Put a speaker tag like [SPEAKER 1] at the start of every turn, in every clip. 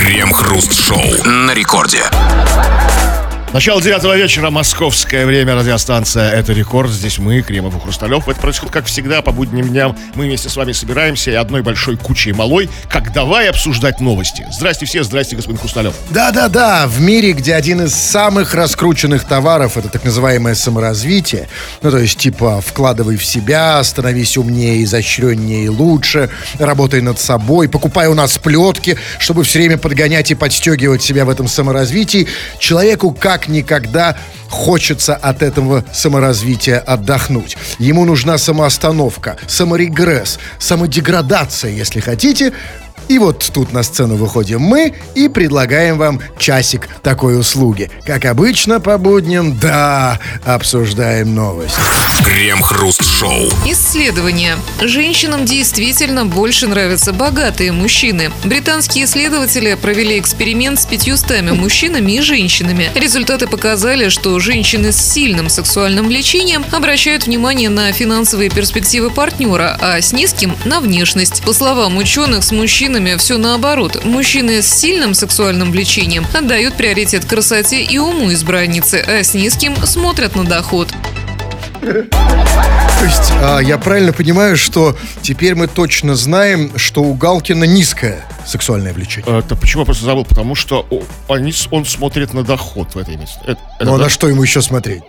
[SPEAKER 1] Крем-хруст-шоу на рекорде.
[SPEAKER 2] Начало 9 вечера, московское время, радиостанция «Это рекорд». Здесь мы, Кремов и Хрусталев. Это происходит, как всегда, по будним дням. Мы вместе с вами собираемся и одной большой кучей малой, как давай обсуждать новости. Здрасте все, здрасте, господин Хрусталев.
[SPEAKER 3] Да-да-да, в мире, где один из самых раскрученных товаров — это так называемое саморазвитие, ну, то есть, типа, вкладывай в себя, становись умнее, изощреннее и лучше, работай над собой, покупай у нас плетки, чтобы все время подгонять и подстегивать себя в этом саморазвитии, человеку как никогда хочется от этого саморазвития отдохнуть. Ему нужна самоостановка, саморегресс, самодеградация, если хотите. И вот тут на сцену выходим мы и предлагаем вам часик такой услуги. Как обычно по будням, да, обсуждаем новости.
[SPEAKER 1] Крем-хруст-шоу.
[SPEAKER 4] Исследование. Женщинам действительно больше нравятся богатые мужчины. Британские исследователи провели эксперимент с 500 мужчинами и женщинами. Результаты показали, что женщины с сильным сексуальным влечением обращают внимание на финансовые перспективы партнера, а с низким – на внешность. По словам ученых, с мужчинами все наоборот. Мужчины с сильным сексуальным влечением отдают приоритет красоте и уму избранницы, а с низким смотрят на доход.
[SPEAKER 3] То есть, я правильно понимаю, что теперь мы точно знаем, что у Галкина низкое сексуальное влечение?
[SPEAKER 2] Это почему я просто забыл? Потому что он смотрит на доход в этой месте.
[SPEAKER 3] Ну, а на что ему еще смотреть?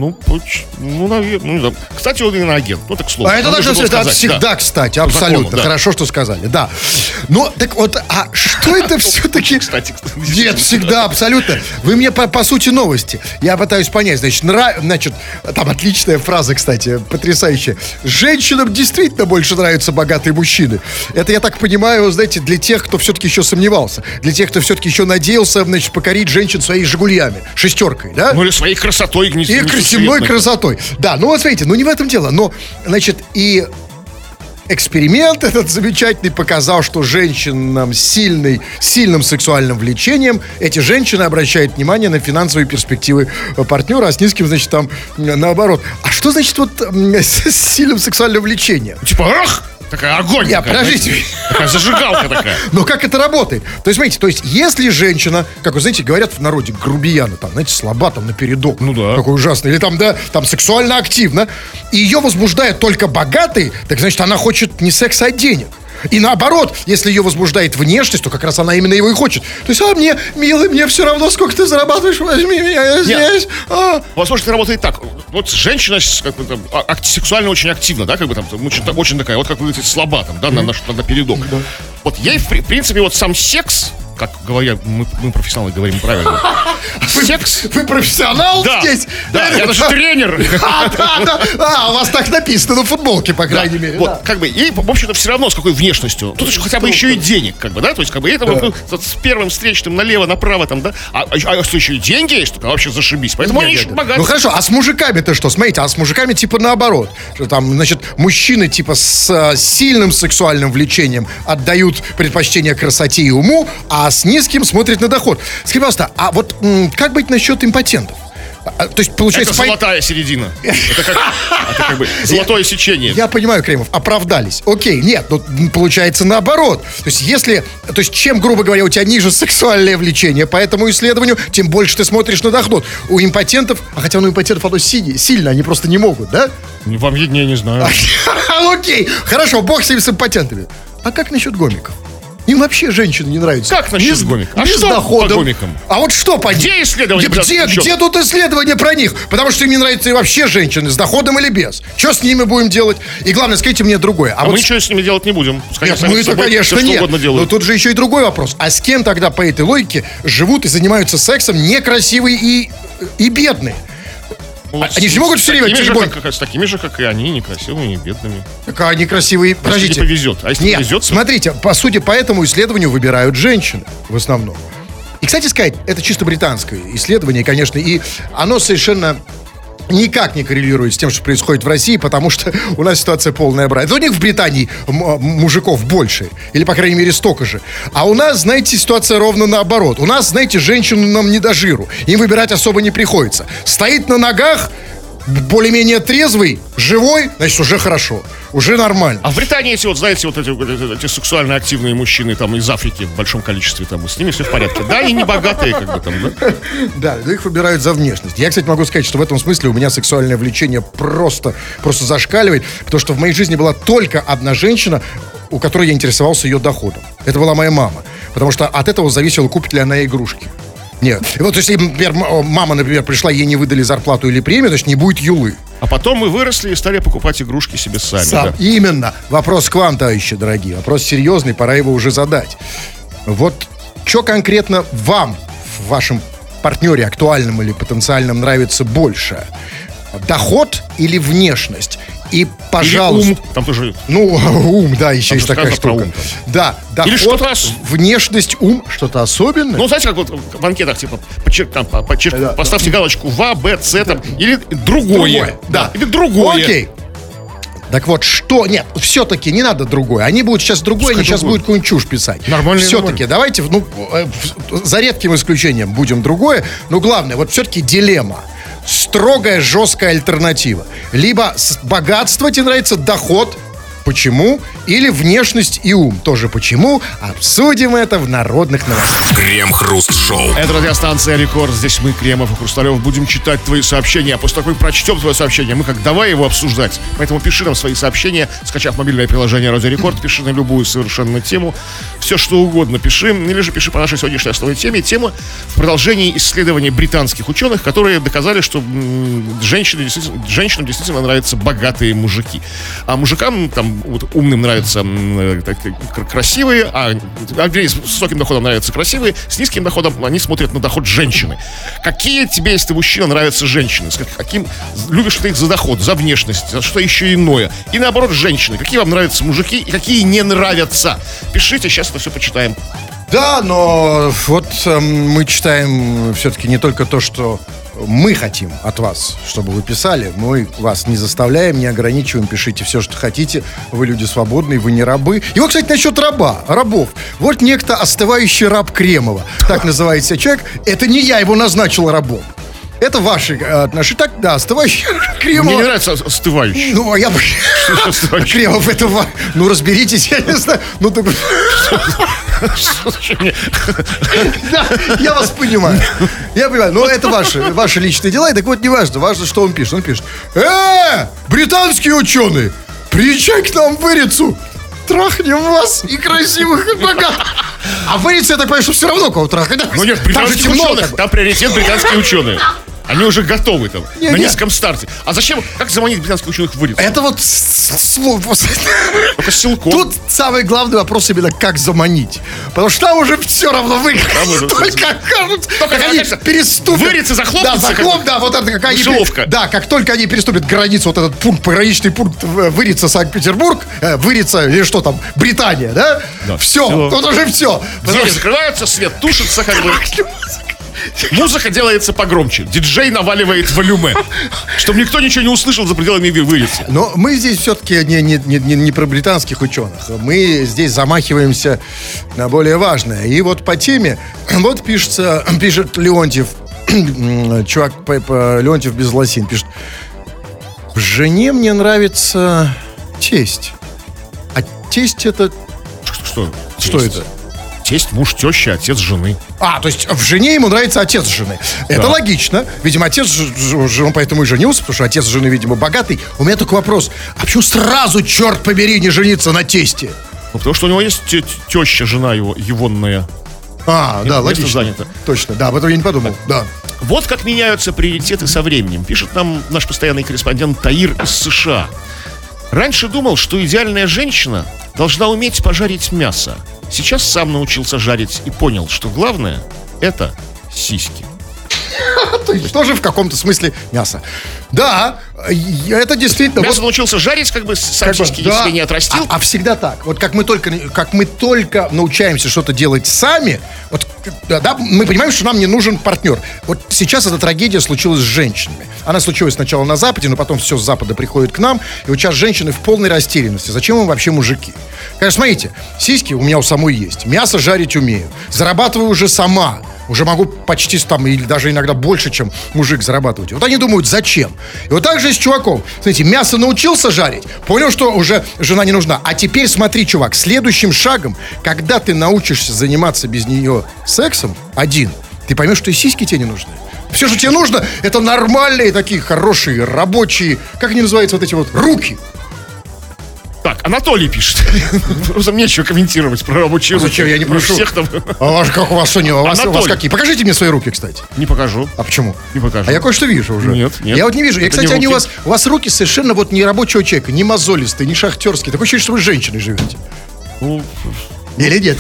[SPEAKER 2] Наверное. Кстати, он иноагент. Ну, так слово.
[SPEAKER 3] А это даже это всегда, да. Кстати, абсолютно. Закону, да. Хорошо, что сказали, да. Но, так вот, а что это все-таки...
[SPEAKER 2] Кстати.
[SPEAKER 3] Нет, всегда, абсолютно. Вы мне по сути новости. Я пытаюсь понять. Значит, там отличная фраза, кстати, потрясающая. Женщинам действительно больше нравятся богатые мужчины. Это, я так понимаю, знаете, для тех, кто все-таки еще сомневался. Для тех, кто все-таки еще надеялся, значит, покорить женщин своими «Жигулями». Шестеркой, да?
[SPEAKER 2] Ну, или своей красотой.
[SPEAKER 3] Земной красотой. Да, ну вот смотрите, ну не в этом дело. Но, значит, и эксперимент этот замечательный показал, что женщинам с сильным сильным сексуальным эти женщины обращают внимание на финансовые перспективы партнера, а с низким, значит, там наоборот. А что значит вот с сильным сексуальным влечением?
[SPEAKER 2] Типа, ах! Такая огонь.
[SPEAKER 3] Подождите.
[SPEAKER 2] Такая зажигалка такая.
[SPEAKER 3] Но как это работает? То есть, смотрите, если женщина, как вы знаете, говорят в народе, грубияна, там, знаете, слаба, там, напередок.
[SPEAKER 2] Ну да.
[SPEAKER 3] Такой ужасный. Или там, да, там, сексуально активно. И ее возбуждает только богатый, так, значит, она хочет не секса, а денег. И наоборот, если ее возбуждает внешность, то как раз она именно его и хочет. То есть, мне, милый, мне все равно, сколько ты зарабатываешь, возьми меня здесь.
[SPEAKER 2] Возможно, это работает так. Вот женщина как бы, там, сексуально очень активна, да, как бы там, очень такая, вот как вы говорите, слаба там, да, на передок. Да. Вот ей, в принципе, вот сам секс, как говоря, мы профессионалы говорим правильно. Секс.
[SPEAKER 3] Вы профессионал здесь?
[SPEAKER 2] Да, я даже тренер.
[SPEAKER 3] У вас так написано на футболке, по крайней мере.
[SPEAKER 2] Вот, как бы, и, в общем-то, все равно с какой внешностью. Тут хотя бы еще и денег, как бы, да, то есть, как бы, это с первым встречным налево, направо, там, да, а что еще и деньги есть, то вообще зашибись. Поэтому они еще богатые.
[SPEAKER 3] Ну хорошо, а с мужиками-то что? Смотрите, а с мужиками типа наоборот. Что там, значит, мужчины типа с сильным сексуальным влечением отдают предпочтение красоте и уму, а с низким смотрят на доход. Скажите, пожалуйста, а вот как быть насчет импотентов? То есть, получается,
[SPEAKER 2] это золотая середина. Это как бы золотое сечение.
[SPEAKER 3] Я понимаю, Кремов, оправдались. Окей, нет, но получается наоборот. То есть, чем, грубо говоря, у тебя ниже сексуальное влечение по этому исследованию, тем больше ты смотришь на доход. У импотентов, хотя у импотентов оно сильно, они просто не могут, да?
[SPEAKER 2] Вам виднее, не знаю.
[SPEAKER 3] Окей, хорошо, бог с ними с импотентами. А как насчет гомиков? Им вообще женщины не нравятся.
[SPEAKER 2] Как насчет гомиков?
[SPEAKER 3] А что по гомикам? А вот что по
[SPEAKER 2] Где исследования?
[SPEAKER 3] Где тут исследования про них? Потому что им не нравятся и вообще женщины, с доходом или без. Что с ними будем делать? И главное, скажите мне другое.
[SPEAKER 2] А мы ничего с ними делать не будем.
[SPEAKER 3] Нет, мы-то, конечно, нет. Но тут же еще и другой вопрос. А с кем тогда по этой логике живут и занимаются сексом некрасивые и бедные? Они же могут все время
[SPEAKER 2] с такими же, как и они, некрасивыми и бедными.
[SPEAKER 3] Так они красивые. Подождите.
[SPEAKER 2] Если не повезет. А если
[SPEAKER 3] нет,
[SPEAKER 2] не повезет,
[SPEAKER 3] смотрите, по сути, по этому исследованию выбирают женщины в основном. И, кстати сказать, это чисто британское исследование, конечно, и оно совершенно никак не коррелирует с тем, что происходит в России, потому что у нас ситуация полная брать. У них в Британии мужиков больше, или, по крайней мере, столько же. А у нас, знаете, ситуация ровно наоборот. У нас, знаете, женщину нам не до жиру. Им выбирать особо не приходится. Стоит на ногах, более-менее трезвый, живой, значит, уже хорошо, уже нормально.
[SPEAKER 2] А в Британии эти вот, знаете, вот эти сексуально активные мужчины там из Африки в большом количестве, там, с ними все в порядке. Да, они не богатые, как бы там, да?
[SPEAKER 3] Да, их выбирают за внешность. Я, кстати, могу сказать, что в этом смысле у меня сексуальное влечение просто зашкаливает, потому что в моей жизни была только одна женщина, у которой я интересовался ее доходом. Это была моя мама. Потому что от этого зависело, купит ли она игрушки. Нет. И вот если, например, мама, пришла, ей не выдали зарплату или премию, значит, не будет юлы.
[SPEAKER 2] А потом мы выросли и стали покупать игрушки себе сами. Да.
[SPEAKER 3] Именно. Вопрос к вам, товарищи дорогие. Вопрос серьезный, пора его уже задать. Вот что конкретно вам, в вашем партнере, актуальном или потенциальном, нравится больше? Доход или внешность? И, пожалуйста...
[SPEAKER 2] Или ум. Там тоже...
[SPEAKER 3] Ну, ум, да, еще
[SPEAKER 2] там
[SPEAKER 3] есть такая штука. Да, доход,
[SPEAKER 2] или что-то...
[SPEAKER 3] внешность, ум, что-то особенное.
[SPEAKER 2] Ну, знаете, как вот в анкетах, типа, поставьте галочку в, А, Б, С, там, или другое.
[SPEAKER 3] Да.
[SPEAKER 2] Или другое.
[SPEAKER 3] Окей. Так вот, что... Нет, все-таки не надо другое. Они будут сейчас другое, они сейчас будут какую-нибудь чушь писать.
[SPEAKER 2] Нормально.
[SPEAKER 3] Все-таки давайте, за редким исключением будем другое. Но главное, вот все-таки дилемма. Строгая, жесткая альтернатива. Либо богатство тебе нравится, доход. Почему? Или внешность и ум. Тоже почему? Обсудим это в народных новостях.
[SPEAKER 1] Крем-хруст-шоу.
[SPEAKER 2] Это радиостанция «Рекорд». Здесь мы, Кремов и Хрусталев, будем читать твои сообщения. А после того, как мы прочтем твое сообщение, мы как давай его обсуждать. Поэтому пиши нам свои сообщения, скачав мобильное приложение «Радио Рекорд». Пиши на любую совершенно тему. Все, что угодно пиши. Или же пиши по нашей сегодняшней основной теме. Тема в продолжении исследований британских ученых, которые доказали, что женщинам действительно нравятся богатые мужики. А мужикам, там, вот, умным нравятся красивые, с высоким доходом нравятся красивые, с низким доходом они смотрят на доход женщины. Какие тебе, если ты мужчина, нравятся женщины? Каким любишь ты их за доход, за внешность, за что еще иное? И наоборот, женщины. Какие вам нравятся мужики и какие не нравятся? Пишите, сейчас это все почитаем.
[SPEAKER 3] Да, но вот мы читаем все-таки не только то, что мы хотим от вас, чтобы вы писали. Мы вас не заставляем, не ограничиваем. Пишите все, что хотите. Вы люди свободные, вы не рабы. И вот, кстати, насчет рабов. Вот некто остывающий раб Кремова. Так называется человек. Это не я его назначил рабом. Это ваши отношения. Так, да, остывающий Кремов.
[SPEAKER 2] Мне не нравится остывающий.
[SPEAKER 3] Ну, я бы... Кремов, это... Ну, разберитесь, я не знаю. Ну, ты... Да, я вас понимаю. Я понимаю, но это ваши личные дела. И так вот, не важно. Важно, что он пишет. Он пишет: британские ученые, приезжай к нам в Ирицу. Трахнем вас и красивых, и богатых. А в Ирице, я так понимаю, что все равно кого трахать.
[SPEAKER 2] Ну нет, британских ученых. Там приоритет британские ученые. Они уже готовы там, на низком старте. А зачем, как заманить британских ученых в Ирицу?
[SPEAKER 3] Это вот
[SPEAKER 2] только силком.
[SPEAKER 3] Тут самый главный вопрос именно, как заманить. Потому что там уже все равно выиграть. Только они переступят.
[SPEAKER 2] В Ирице захлопнется.
[SPEAKER 3] Да, вот это как они...
[SPEAKER 2] Да,
[SPEAKER 3] как только они переступят границу, вот этот пункт, пограничный пункт в Ирице, Санкт-Петербург, в Ирице, или что там, Британия, да? Все, тут уже все.
[SPEAKER 2] Двери закрываются, свет тушится, как бы. Музыка делается погромче. Диджей наваливает волюме, чтобы никто ничего не услышал за пределами Ирицы.
[SPEAKER 3] Но мы здесь все-таки не про британских ученых. Мы здесь замахиваемся на более важное. И вот по теме, вот пишет Леонтьев, чувак Леонтьев без лосин, пишет: в жене мне нравится тесть. А тесть это... Что это?
[SPEAKER 2] Тесть, муж, теща, отец жены.
[SPEAKER 3] То есть в жене ему нравится отец жены. Это логично. Видимо, отец жены, поэтому и женился, потому что отец жены, видимо, богатый. У меня только вопрос: а почему сразу, черт побери, не жениться на тесте?
[SPEAKER 2] Ну, потому что у него есть теща, жена его, егонная.
[SPEAKER 3] Да, логично.
[SPEAKER 2] Занято.
[SPEAKER 3] Точно, да, об этом я не подумал. Да.
[SPEAKER 2] Вот как меняются приоритеты со временем. Пишет нам наш постоянный корреспондент Таир из США. Раньше думал, что идеальная женщина должна уметь пожарить мясо. Сейчас сам научился жарить и понял, что главное – это сиськи.
[SPEAKER 3] То есть тоже в каком-то смысле мясо. Да, это действительно...
[SPEAKER 2] Мясо научился жарить, как бы сам сиськи, если не отрастил.
[SPEAKER 3] А всегда так. Вот как мы только научаемся что-то делать сами, вот, да, мы понимаем, что нам не нужен партнер. Вот сейчас эта трагедия случилась с женщинами. Она случилась сначала на Западе, но потом все с Запада приходит к нам. И вот сейчас женщины в полной растерянности. Зачем им вообще мужики? Конечно, смотрите, сиськи у меня у самой есть. Мясо жарить умею. Зарабатываю уже сама. уже могу почти там, или даже иногда больше, чем мужик зарабатывать. И вот они думают, зачем? И вот так же с чуваком. Смотрите, мясо научился жарить, понял, что уже жена не нужна. А теперь смотри, чувак, следующим шагом, когда ты научишься заниматься без нее сексом один, ты поймешь, что и сиськи тебе не нужны. Все, что тебе нужно, это нормальные такие хорошие, рабочие, как они называются, вот эти вот руки.
[SPEAKER 2] Так, Анатолий пишет. Просто нечего комментировать про рабочие руки.
[SPEAKER 3] Зачем? Я не прошу.
[SPEAKER 2] Всех там...
[SPEAKER 3] Как у вас, Соня, у вас
[SPEAKER 2] Анатолий.
[SPEAKER 3] какие? Покажите мне свои руки, кстати.
[SPEAKER 2] Не покажу.
[SPEAKER 3] А почему?
[SPEAKER 2] Не покажу.
[SPEAKER 3] А я кое-что вижу уже.
[SPEAKER 2] Нет.
[SPEAKER 3] Я вот не вижу. И,
[SPEAKER 2] Это
[SPEAKER 3] кстати,
[SPEAKER 2] не
[SPEAKER 3] они
[SPEAKER 2] руки.
[SPEAKER 3] у вас руки совершенно вот не рабочего человека, не мозолистые, не шахтерские. Такое ощущение, что вы с женщиной живете.
[SPEAKER 2] Ну,
[SPEAKER 3] Или нет?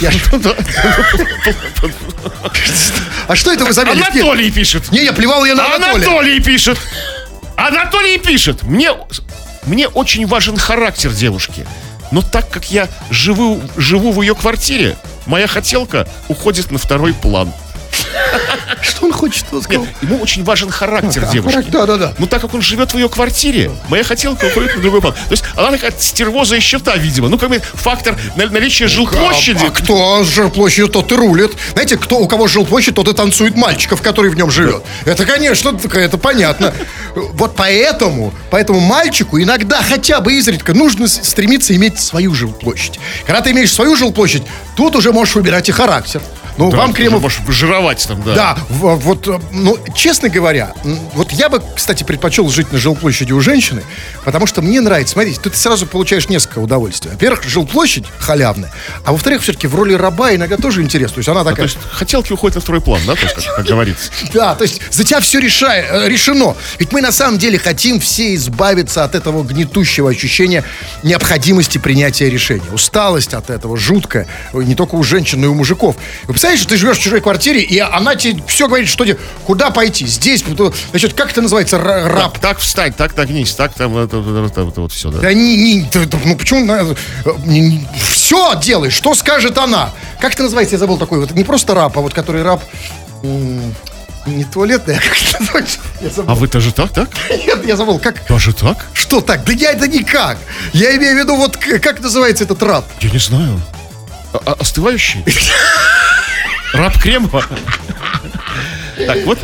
[SPEAKER 3] А что это вы заметили?
[SPEAKER 2] Анатолий пишет.
[SPEAKER 3] Не, плевал я на Анатолия.
[SPEAKER 2] Анатолий пишет. Мне очень важен характер девушки. Но так как я живу в ее квартире, моя хотелка уходит на второй план.
[SPEAKER 3] Что он хочет? Он сказал?
[SPEAKER 2] Нет, ему очень важен характер девушки.
[SPEAKER 3] Да.
[SPEAKER 2] Но так как он живет в ее квартире, моя хотелка уходит на другой план. То есть она такая стервоза из щита, видимо. Ну, как бы фактор наличия жилплощади.
[SPEAKER 3] А кто с жилплощадью, тот и рулит. Знаете, у кого жилплощадь, тот и танцует мальчиков, который в нем живет. Это, конечно, это понятно. Вот поэтому мальчику иногда хотя бы изредка нужно стремиться иметь свою жилплощадь. Когда ты имеешь свою жилплощадь, тут уже можешь выбирать и характер. Ну,
[SPEAKER 2] Да,
[SPEAKER 3] вам, Кремов...
[SPEAKER 2] можешь жировать там, да.
[SPEAKER 3] Да, вот, ну, честно говоря, вот я бы, кстати, предпочел жить на жилплощади у женщины, потому что мне нравится, смотрите, ты сразу получаешь несколько удовольствий. Во-первых, жилплощадь халявная, а во-вторых, все-таки в роли раба иногда тоже интересно. То есть она такая...
[SPEAKER 2] То есть хотелки уходят на второй план, да, то есть, как говорится.
[SPEAKER 3] Да, то есть за тебя все решено. Ведь мы на самом деле хотим все избавиться от этого гнетущего ощущения необходимости принятия решения. Усталость от этого жуткая, не только у женщин, но и у мужиков. Вы представляете, что ты живешь в чужой квартире, и она тебе все говорит, что тебе, куда пойти, здесь, значит, как это называется, раб?
[SPEAKER 2] Так встань, так нагнись, так там, это вот все, да.
[SPEAKER 3] Да ну почему, все делай, что скажет она. Как это называется, я забыл такой, вот не просто раб, а вот который раб... Не туалетный, а как это называется?
[SPEAKER 2] А вы тоже так?
[SPEAKER 3] Нет, я забыл, как...
[SPEAKER 2] Даже так?
[SPEAKER 3] Что так? Да это никак. Я имею в виду, вот как называется этот раб?
[SPEAKER 2] Я не знаю. Остывающий? Раб Кремова? Так, вот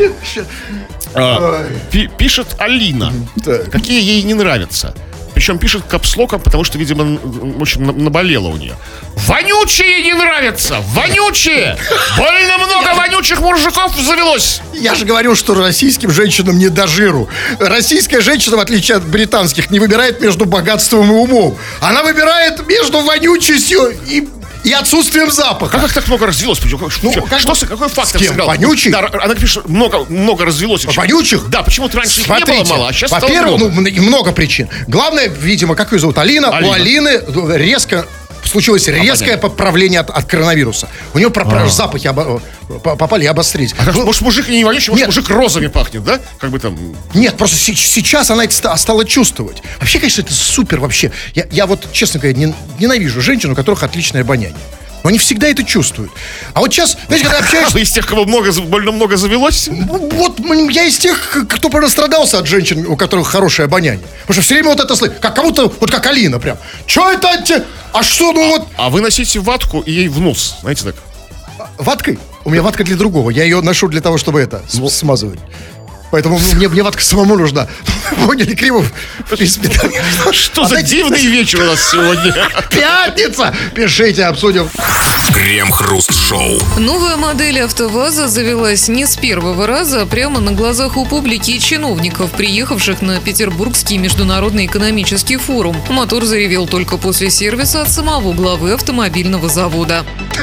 [SPEAKER 2] пишет Алина.
[SPEAKER 3] Так.
[SPEAKER 2] Какие ей не нравятся. Причем пишет капслоком, потому что, видимо, очень наболело у нее. Вонючие не нравятся! Вонючие! Больно много вонючих мужиков завелось!
[SPEAKER 3] Я же говорил, что российским женщинам не до жиру. Российская женщина, в отличие от британских, не выбирает между богатством и умом. Она выбирает между вонючестью и отсутствием запаха.
[SPEAKER 2] Как так много развелось? Какой фактор сыграл?
[SPEAKER 3] Вонючий?
[SPEAKER 2] Да, она пишет, много развелось.
[SPEAKER 3] Вонючих?
[SPEAKER 2] Да, почему-то раньше их не было мало, а сейчас стало
[SPEAKER 3] во-первых,
[SPEAKER 2] много.
[SPEAKER 3] много причин. Главное, видимо, как ее зовут, Алина. У Алины случилось резкое поправление от коронавируса. У нее запахи попали и обострились.
[SPEAKER 2] Может, мужик не вонючий, может, мужик розами пахнет, да? Как бы там...
[SPEAKER 3] Нет, просто сейчас она это стала чувствовать. Вообще, конечно, это супер вообще. Я вот, честно говоря, ненавижу женщин, у которых отличное обоняние. Но они всегда это чувствуют. А вот сейчас, знаете, когда общаешься...
[SPEAKER 2] Вы из тех, кого больно много завелось?
[SPEAKER 3] Вот я из тех, кто пострадался от женщин, у которых хорошее обоняние. Потому что все время вот это слышит, как кому-то, вот как Алина прям. Че это? А что, ну вот...
[SPEAKER 2] А вы носите ватку и ей в нос, знаете так?
[SPEAKER 3] Ваткой? У меня ватка для другого. Я ее ношу для того, чтобы смазывать. Поэтому мне ватка самому нужна. Поняли, Кремов? В принципе, да.
[SPEAKER 2] Что за дивный вечер у нас сегодня?
[SPEAKER 3] Пятница! Пишите, обсудим.
[SPEAKER 1] Крем-хруст-шоу.
[SPEAKER 4] Новая модель АвтоВАЗа завелась не с первого раза, а прямо на глазах у публики и чиновников, приехавших на Петербургский международный экономический форум. Мотор заревел только после сервиса от самого главы автомобильного завода.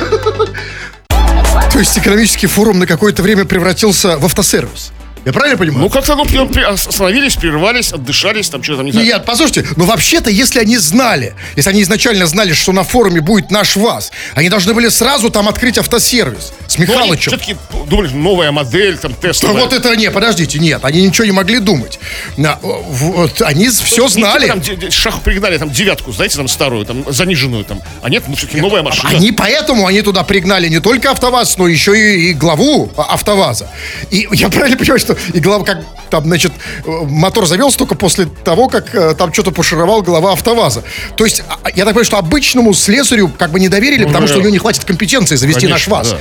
[SPEAKER 3] То есть экономический форум на какое-то время превратился в автосервис? Я правильно понимаю?
[SPEAKER 2] Ну, как-то остановились, прервались, отдышались, там что-то там, не знаю.
[SPEAKER 3] Нет, послушайте, ну вообще-то, если они изначально знали, что на форуме будет наш ВАЗ, они должны были сразу там открыть автосервис с Михалычем.
[SPEAKER 2] Все-таки думали, новая модель, там, тестовая.
[SPEAKER 3] Да вот это, подождите, нет, они ничего не могли думать. Вот, они все знали.
[SPEAKER 2] Там шаху пригнали, там, девятку, знаете, там, старую, там, заниженную, там. А нет, ну, все-таки новая машина.
[SPEAKER 3] Поэтому они туда пригнали не только АвтоВАЗ, но еще и главу АвтоВАЗа. И я правильно понимаю, что и глава, как там, значит, мотор завелся только после того, как там что-то пошаровал глава АвтоВАЗа. То есть, я так понимаю, что обычному слесарю как бы не доверили, потому что у него не хватит компетенции завести наш ВАЗ. Да.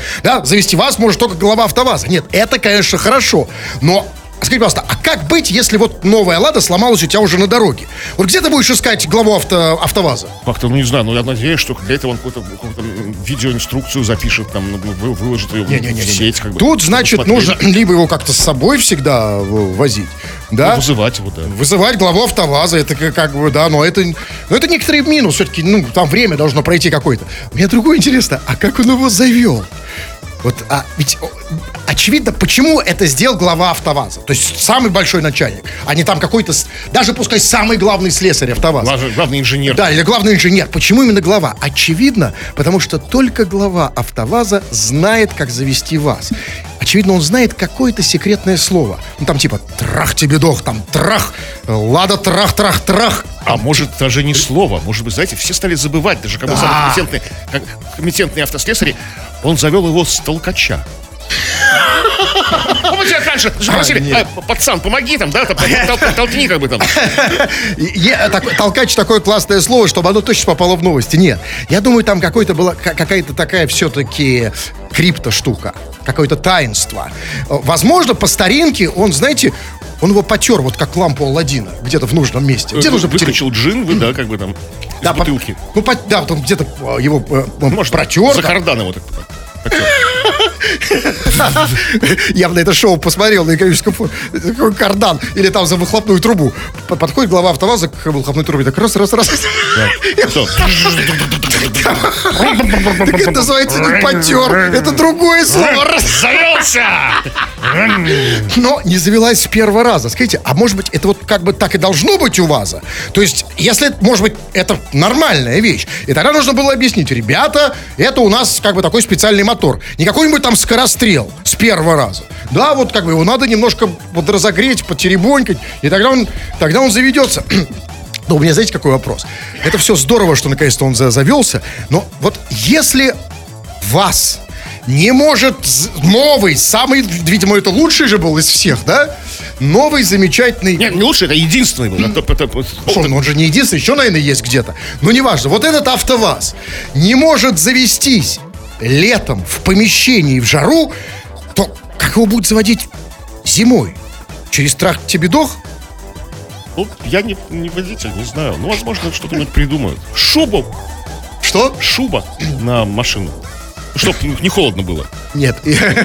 [SPEAKER 3] завести вас может только глава АвтоВАЗа. Нет, это, конечно, хорошо, но... Скажи, пожалуйста, а как быть, если вот новая «Лада» сломалась у тебя уже на дороге? Вот где ты будешь искать главу АвтоВАЗа?
[SPEAKER 2] Как-то, ну не знаю, но я надеюсь, что для этого он какую-то видеоинструкцию запишет, там, выложит ее в сеть. Как бы,
[SPEAKER 3] тут, значит, нужно либо его как-то с собой всегда возить, да?
[SPEAKER 2] Ну, вызывать его, да.
[SPEAKER 3] Вызывать главу АвтоВАЗа, это как бы, да, но это некоторый минус, все-таки, ну, там время должно пройти какое-то. Мне другое интересно, а как он его завел? Вот, ведь очевидно, почему это сделал глава АвтоВАЗа. То есть самый большой начальник, а не там какой-то, даже пускай самый главный слесарь АвтоВАЗа.
[SPEAKER 2] Главный инженер.
[SPEAKER 3] Да, или главный инженер. Почему именно глава? Очевидно, потому что только глава АвтоВАЗа знает, как завести ВАЗ. Очевидно, он знает какое-то секретное слово. Ну, там типа «трах тебе дох», там «трах», «Лада трах-трах-трах».
[SPEAKER 2] А может, даже не слово. Может быть, знаете, все стали забывать. Даже как самый компетентный автослесарь, он завел его с толкача. Помните, как раньше спросили, пацан, помоги там, да, толкни как бы там.
[SPEAKER 3] Толкач такое классное слово, чтобы оно точно попало в новости. Нет, я думаю, там какая-то такая все-таки крипто-штука, какое-то таинство. Возможно, по старинке он, знаете, он его потер, вот как лампу Аладдина, где-то в нужном месте. Где нужно потереть?
[SPEAKER 2] Выключил джин, да, как бы там, из бутылки.
[SPEAKER 3] Да, потом где-то его протер.
[SPEAKER 2] За кардан его так потер.
[SPEAKER 3] Я бы на это шоу посмотрел на экономическом форуме. Такой кардан. Или там за выхлопную трубу. Подходит глава АвтоВАЗа к выхлопной трубе. Так раз. Так это называется не потер. Это другое слово.
[SPEAKER 2] Завелся!
[SPEAKER 3] Но не завелась с первого раза. Скажите, а может быть, это вот как бы так и должно быть у ВАЗа? То есть, если, может быть, это нормальная вещь. И тогда нужно было объяснить: ребята, это у нас как бы такой специальный мотор. Не какой-нибудь там скорострел с первого раза. Да, вот как бы его надо немножко вот разогреть, потеребонькать, и тогда он заведется. Но у меня, знаете, какой вопрос? Это все здорово, что наконец-то он завелся, но вот если ВАЗ не может новый, самый, видимо, это лучший же был из всех, да? Новый, замечательный...
[SPEAKER 2] Нет, не лучший, это единственный был.
[SPEAKER 3] Он же не единственный, еще, наверное, есть где-то. Но неважно, вот этот АвтоВАЗ не может завестись летом в помещении в жару, то как его будут заводить зимой? Через трах тебе дох?
[SPEAKER 2] Ну, я не водитель, не знаю. Ну, возможно, что-то придумают. Шубу.
[SPEAKER 3] Что?
[SPEAKER 2] Шуба на машину. Чтоб не холодно было.
[SPEAKER 3] Нет.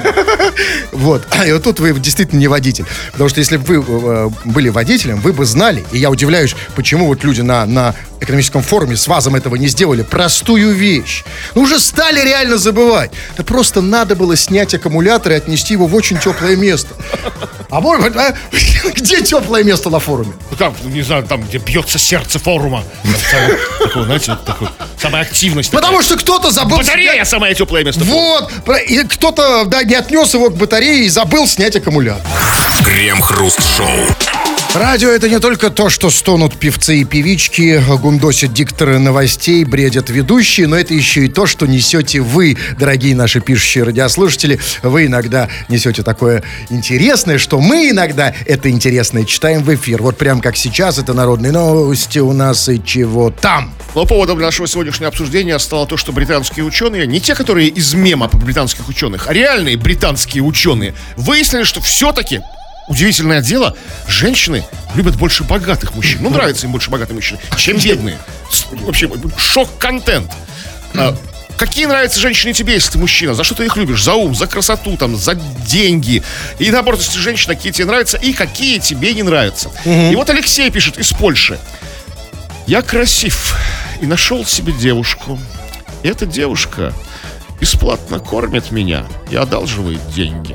[SPEAKER 3] Вот. И вот тут вы действительно не водитель. Потому что если бы вы были водителем, вы бы знали, и я удивляюсь, почему вот люди на экономическом форуме с ВАЗом этого не сделали, простую вещь. Ну, уже стали реально забывать. Да просто надо было снять аккумулятор и отнести его в очень теплое место. А может быть, где теплое место на форуме?
[SPEAKER 2] Ну, как, не знаю, там, где бьется сердце форума. Такое, знаете, самая активность.
[SPEAKER 3] Потому что кто-то забыл...
[SPEAKER 2] Батарея самое теплое место.
[SPEAKER 3] Вот. И кто-то, да, не отнес его к батарее и забыл снять аккумулятор.
[SPEAKER 1] Крем-хруст-шоу.
[SPEAKER 3] Радио — это не только то, что стонут певцы и певички, гундосят дикторы новостей, бредят ведущие, но это еще и то, что несете вы, дорогие наши пишущие радиослушатели. Вы иногда несете такое интересное, что мы иногда это интересное читаем в эфир. Вот прям как сейчас, это народные новости у нас и чего там.
[SPEAKER 2] Но поводом для нашего сегодняшнего обсуждения стало то, что британские ученые, не те, которые из мема по британских ученых, а реальные британские ученые, выяснили, что все-таки... Удивительное дело, женщины любят больше богатых мужчин. Ну, нравится им больше богатые мужчины, чем бедные. Вообще, шок-контент. Какие нравятся женщины тебе, если ты мужчина? За что ты их любишь? За ум, за красоту, там, за деньги. И наоборот, если ты женщина, какие тебе нравятся и какие тебе не нравятся. И вот Алексей пишет из Польши. Я красив и нашел себе девушку. И эта девушка бесплатно кормит меня и одалживает деньги.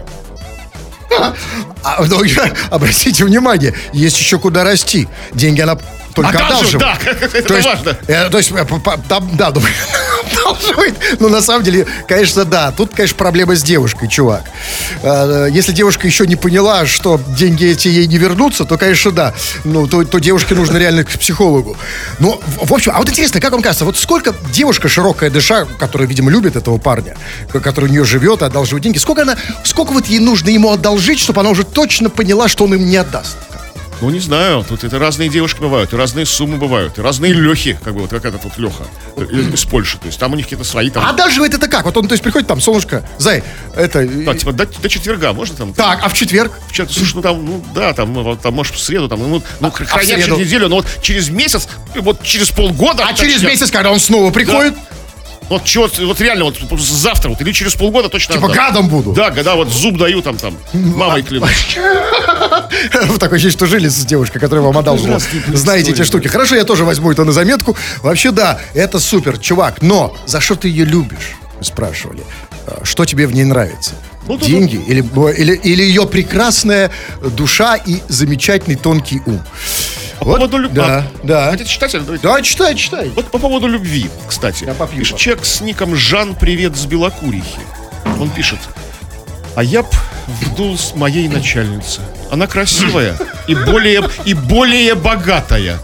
[SPEAKER 3] Обратите внимание, есть еще куда расти. Деньги она только одалживает.
[SPEAKER 2] Да, это важно.
[SPEAKER 3] То есть, да, одалживает. Ну, на самом деле, конечно, да. Тут, конечно, проблема с девушкой, чувак. Если девушка еще не поняла, что деньги эти ей не вернутся, то, конечно, да. Ну, то девушке нужно реально к психологу. Ну, в общем, а вот интересно, как вам кажется, вот сколько девушка широкая дыша, которая, видимо, любит этого парня, который у нее живет и одалживает деньги, сколько вот ей нужно ему одолжить, чтобы она уже точно поняла, что он им не отдаст?
[SPEAKER 2] Ну, не знаю, тут это разные девушки бывают, и разные суммы бывают, и разные Лехи, как бы вот как этот вот Леха из Польши. То есть там у них какие-то свои там...
[SPEAKER 3] А даже это как? Вот он, то есть, приходит там, солнышко, зай, это...
[SPEAKER 2] Да, типа до четверга можно там?
[SPEAKER 3] Так, а в четверг?
[SPEAKER 2] Слушай, ну там, ну да, там, может, в среду, там, хранят
[SPEAKER 3] среду?
[SPEAKER 2] через неделю, но вот через месяц, вот через полгода...
[SPEAKER 3] А через месяц, когда он снова приходит?
[SPEAKER 2] Вот чего, вот реально, вот завтра, вот, или через полгода точно...
[SPEAKER 3] Типа
[SPEAKER 2] отдам.
[SPEAKER 3] гадом буду?
[SPEAKER 2] Да, вот зуб даю там, мамой клянусь.
[SPEAKER 3] В такой ощущение, что жили с девушкой, которая вам одалживала. Знаете эти штуки. Хорошо, я тоже возьму это на заметку. Вообще, да, это супер, чувак. Но за что ты ее любишь? Вы спрашивали. Что тебе в ней нравится? Деньги? Или ее прекрасная душа и замечательный тонкий ум?
[SPEAKER 2] По поводу любви.
[SPEAKER 3] Да.
[SPEAKER 2] Хотите читать?
[SPEAKER 3] Да, читай.
[SPEAKER 2] Вот по поводу любви, кстати.
[SPEAKER 3] Я попью.
[SPEAKER 2] Пишет человек с ником Жан, привет с Белокурихи. Он пишет: а я б вдул с моей начальницы. Она красивая и более богатая.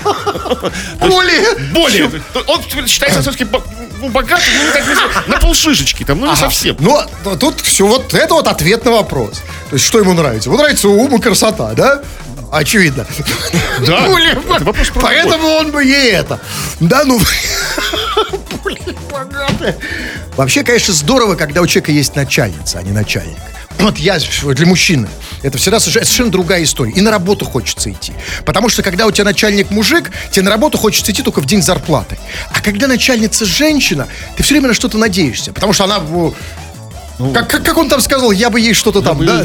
[SPEAKER 2] Более. Он считается все-таки богатым, ну, так, на полшишечки там, ну, не совсем.
[SPEAKER 3] Но тут все, вот это вот ответ на вопрос. То есть, что ему нравится? Ему нравится ум и красота, да? Очевидно.
[SPEAKER 2] Да, это вопрос про
[SPEAKER 3] поэтому он бы ей это. Да, ну... Более богатая. Вообще, конечно, здорово, когда у человека есть начальница, а не начальник. Вот для мужчины это всегда совершенно другая история. И на работу хочется идти. Потому что, когда у тебя начальник мужик, тебе на работу хочется идти только в день зарплаты. А когда начальница женщина, ты все время на что-то надеешься. Потому что она... Как он там сказал, я бы ей что-то там, да?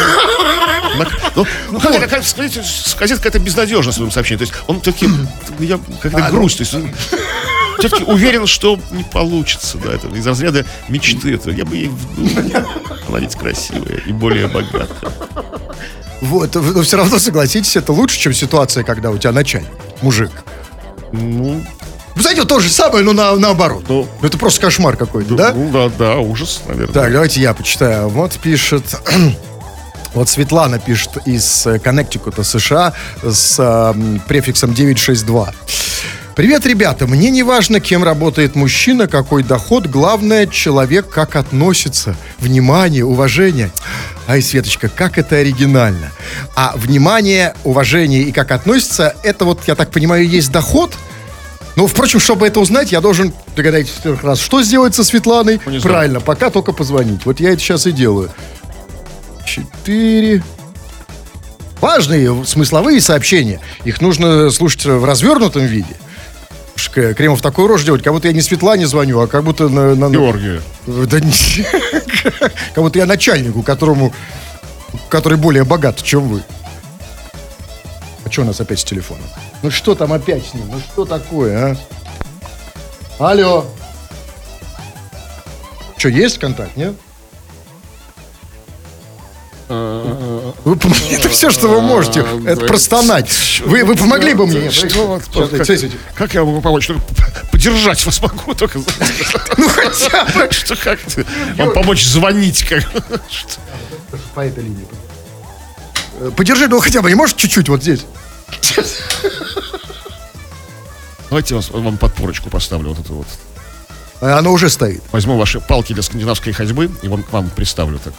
[SPEAKER 2] Сказать какая-то безнадежность в своем сообщении. То есть он все-таки, какая-то грусть. То есть он все-таки уверен, что не получится. Да, это из разряда мечты. Это я бы ей вдул. Она ведь красивая и более богатая.
[SPEAKER 3] Вот, но все равно, согласитесь, это лучше, чем ситуация, когда у тебя начальник, мужик.
[SPEAKER 2] Ну...
[SPEAKER 3] Вы знаете, вот то же самое, но наоборот. Ну, это просто кошмар какой-то, да?
[SPEAKER 2] Ну, да, ужас, наверное.
[SPEAKER 3] Так, давайте я почитаю. Вот пишет... Вот Светлана пишет из Коннектикута, США, с префиксом 962. Привет, ребята. Мне не важно, кем работает мужчина, какой доход. Главное, человек как относится. Внимание, уважение. Ай, Светочка, как это оригинально. А внимание, уважение и как относится, это вот, я так понимаю, есть доход? Ну, впрочем, чтобы это узнать, я должен, догадайтесь в первый раз, что сделать со Светланой? Правильно, пока только позвонить. Вот я это сейчас и делаю. 4. Важные смысловые сообщения. Их нужно слушать в развернутом виде. Кремов такую рожь делать, как будто я не Светлане звоню, а как будто
[SPEAKER 2] Георгию.
[SPEAKER 3] Да не... Как будто я начальнику, который более богат, чем вы. А что у нас опять с телефоном? Ну что там опять с ним? Ну что такое, а? Алло. Что, есть контакт, нет? Это все, что вы можете. Это простонать. Вы помогли бы мне?
[SPEAKER 2] Как я могу помочь? Поддержать вас могу только.
[SPEAKER 3] Ну хотя бы.
[SPEAKER 2] Что как вам помочь звонить?
[SPEAKER 3] По этой линии. Подержи, ну хотя бы не можешь чуть-чуть вот здесь?
[SPEAKER 2] Давайте вам подпорочку поставлю вот эту вот.
[SPEAKER 3] Оно уже стоит.
[SPEAKER 2] Возьму ваши палки для скандинавской ходьбы и к вам приставлю так.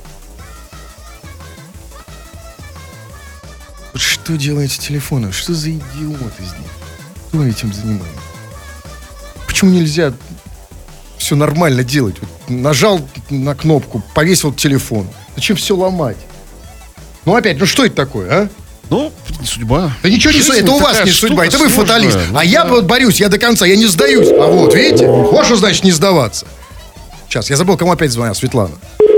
[SPEAKER 3] Что делаете телефоном? Что за идиот из них? Кто этим занимается? Почему нельзя все нормально делать? Вот нажал на кнопку, повесил телефон. Зачем все ломать? Ну опять, ну что это такое, а?
[SPEAKER 2] Ну, не судьба.
[SPEAKER 3] Да ничего не судьба, это у вас не судьба, это вы фаталист. А я вот борюсь, я до конца, я не сдаюсь. А вот, видите? Вот что значит не сдаваться. Сейчас, я забыл, кому опять звонил, Светлана.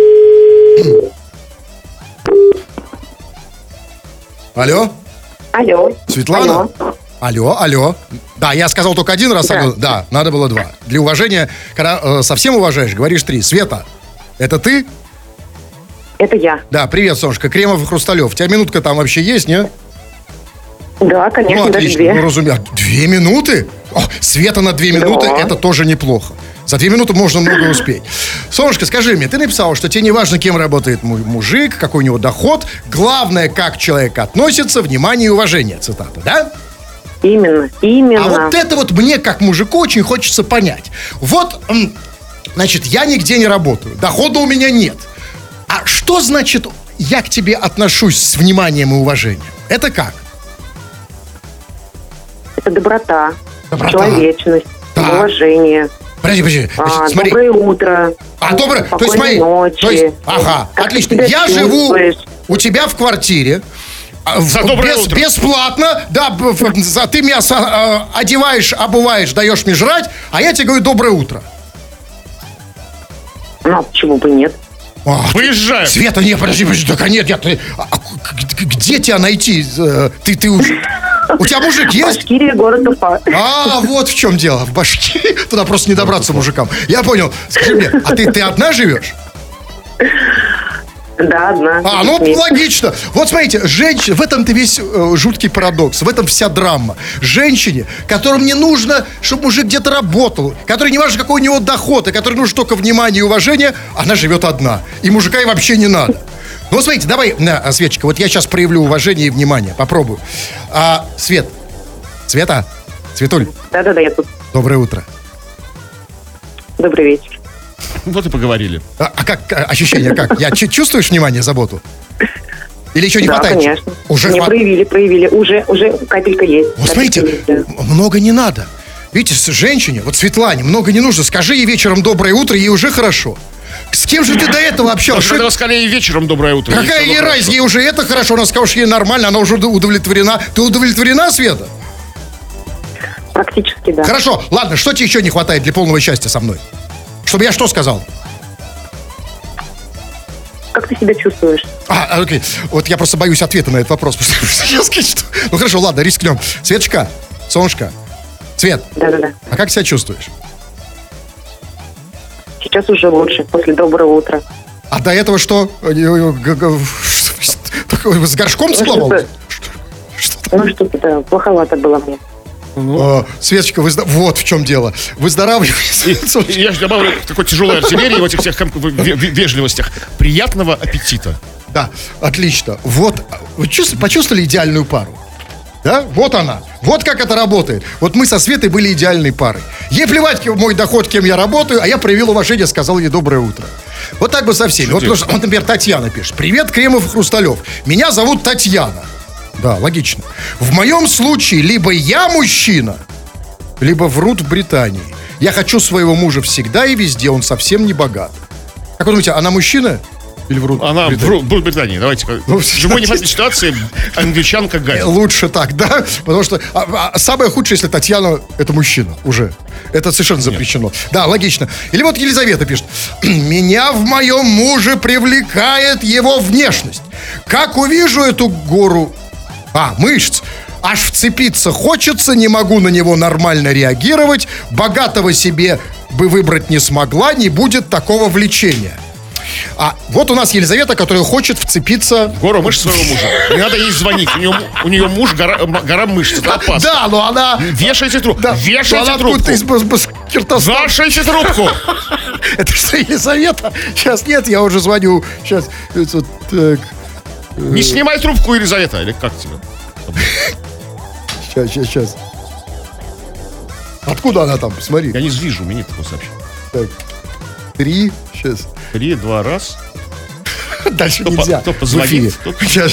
[SPEAKER 3] Алло?
[SPEAKER 5] Алло.
[SPEAKER 3] Светлана? Алло. Да, я сказал только один раз. Да, надо было два. Для уважения, когда совсем уважаешь, говоришь 3. Света, это ты?
[SPEAKER 5] Это я.
[SPEAKER 3] Да, привет, солнышко. Кремов и Хрусталев. У тебя минутка там вообще есть, нет?
[SPEAKER 5] Да, конечно,
[SPEAKER 3] ну,
[SPEAKER 5] даже
[SPEAKER 3] отлично.
[SPEAKER 5] 2.
[SPEAKER 3] Ну, разумею. 2 минуты? О, Света на 2 минуты,
[SPEAKER 5] Да.
[SPEAKER 3] это тоже неплохо. За 2 минуты можно много успеть. Солнышко, скажи мне, ты написала, что тебе не важно, кем работает мужик, какой у него доход. Главное, как человек относится, внимание и уважение. Цитата, да?
[SPEAKER 5] Именно.
[SPEAKER 3] А вот это вот мне, как мужику, очень хочется понять. Вот, значит, я нигде не работаю, дохода у меня нет. А что значит, я к тебе отношусь с вниманием и уважением? Это как?
[SPEAKER 5] Это доброта,
[SPEAKER 3] Доброта.
[SPEAKER 5] человечность,
[SPEAKER 3] Так.
[SPEAKER 5] уважение.
[SPEAKER 3] Подожди. Значит, смотри.
[SPEAKER 5] Доброе утро.
[SPEAKER 3] Доброе. То есть,
[SPEAKER 5] Спокойной
[SPEAKER 3] смотри.
[SPEAKER 5] ночи.
[SPEAKER 3] То есть, ага,
[SPEAKER 5] Как ты
[SPEAKER 3] отлично.
[SPEAKER 5] себя
[SPEAKER 3] Я живу
[SPEAKER 5] чувствуешь?
[SPEAKER 3] у тебя в квартире.
[SPEAKER 2] За доброе утро.
[SPEAKER 3] Бесплатно, да, ты меня одеваешь, обуваешь, даешь мне жрать, а я тебе говорю доброе утро.
[SPEAKER 5] Ну, почему бы нет?
[SPEAKER 3] Ах,
[SPEAKER 2] Выезжаем.
[SPEAKER 3] Света, нет, подожди, да нет, где тебя найти? Ты уже... У тебя мужик есть?
[SPEAKER 5] Башкирия, город Уфа.
[SPEAKER 3] Вот в чем дело, в Башкирии. Туда просто не добраться мужикам. Я понял. Скажи мне, а ты одна живешь?
[SPEAKER 5] Да, одна.
[SPEAKER 3] Логично. Вот смотрите, женщина, в этом-то весь жуткий парадокс, в этом вся драма. Женщине, которым не нужно, чтобы мужик где-то работал, которой не важно, какой у него доход, и которой нужно только внимание и уважение, она живет одна. И мужика ей вообще не надо. Ну, вот смотрите, давай, Светочка, вот я сейчас проявлю уважение и внимание, попробую. Света, Светуль,
[SPEAKER 5] Да, я тут.
[SPEAKER 3] доброе утро.
[SPEAKER 5] Добрый вечер.
[SPEAKER 2] Вот и поговорили.
[SPEAKER 3] Как ощущение, как? Чувствуешь внимание, заботу? Или еще не
[SPEAKER 5] Да,
[SPEAKER 3] хватает?
[SPEAKER 5] конечно.
[SPEAKER 3] Уже
[SPEAKER 5] Не проявили. Уже капелька есть.
[SPEAKER 3] Вот
[SPEAKER 5] Капелька
[SPEAKER 3] смотрите,
[SPEAKER 5] есть, да.
[SPEAKER 3] много не надо. Видите, женщине, вот Светлане, много не нужно. Скажи ей вечером доброе утро, ей уже хорошо. С кем же ты до этого общался?
[SPEAKER 2] Когда вы сказали ей вечером доброе утро.
[SPEAKER 3] Какая ей разница? Ей уже это хорошо, она сказала, что ей нормально, она уже удовлетворена. Ты удовлетворена, Света?
[SPEAKER 5] Практически, да.
[SPEAKER 3] Хорошо, ладно, что тебе еще не хватает для полного счастья со мной? Чтобы я что сказал?
[SPEAKER 5] Как ты себя чувствуешь?
[SPEAKER 3] Окей. Вот я просто боюсь ответа на этот вопрос. Ну хорошо, ладно, рискнем. Светочка, солнышко, Свет,
[SPEAKER 5] Да.
[SPEAKER 3] а как себя чувствуешь?
[SPEAKER 5] Сейчас уже лучше, после доброго утра.
[SPEAKER 3] А до этого что? С горшком сплавал?
[SPEAKER 5] Что-то, да, плоховато было мне.
[SPEAKER 3] Светочка, вот в чем дело. Выздоравливай.
[SPEAKER 2] Я же добавлю такой тяжелой артиллерии в этих всех вежливостях. Приятного аппетита.
[SPEAKER 3] Да, отлично. Вот, вы почувствовали идеальную пару? Да? Вот она. Вот как это работает. Вот мы со Светой были идеальной парой. Ей плевать, мой доход, кем я работаю, а я проявил уважение, сказал ей доброе утро. Вот так бы со всеми. Вот, например, Татьяна пишет. Привет, Кремов и Хрусталев. Меня зовут Татьяна. Да, логично. В моем случае либо я мужчина, либо врут в Британии. Я хочу своего мужа всегда и везде, он совсем не богат. Как вы думаете, она мужчина? Или врут?
[SPEAKER 2] Она врут в Британии. Давайте. В любой непонятной ситуации англичанка гадит.
[SPEAKER 3] Лучше так, да? Потому что самое худшее, если Татьяна это мужчина уже. Это совершенно запрещено. Да, логично. Или вот Елизавета пишет. Меня в моем муже привлекает его внешность. Как увижу эту гору мышц, аж вцепиться хочется, не могу на него нормально реагировать, богатого себе бы выбрать не смогла, не будет такого влечения. Вот у нас Елизавета, которая хочет вцепиться
[SPEAKER 2] в гору мышц своего мужа. Не надо ей звонить. У нее муж гора мышц. Это опасно.
[SPEAKER 3] Да, но она...
[SPEAKER 2] Вешайте трубку.
[SPEAKER 3] Да,
[SPEAKER 2] Вешайте трубку. Вешайте трубку.
[SPEAKER 3] Это что, Елизавета? Сейчас нет, я уже звоню. Сейчас. Так.
[SPEAKER 2] Не снимай трубку, Елизавета. Или как тебе?
[SPEAKER 3] Сейчас. Откуда она там? Смотри.
[SPEAKER 2] Я не вижу, у меня нет такого сообщения.
[SPEAKER 3] Так. 3. Сейчас.
[SPEAKER 2] 3, 2, раз.
[SPEAKER 3] Дальше нельзя.
[SPEAKER 2] Кто позвонит?
[SPEAKER 3] Сейчас.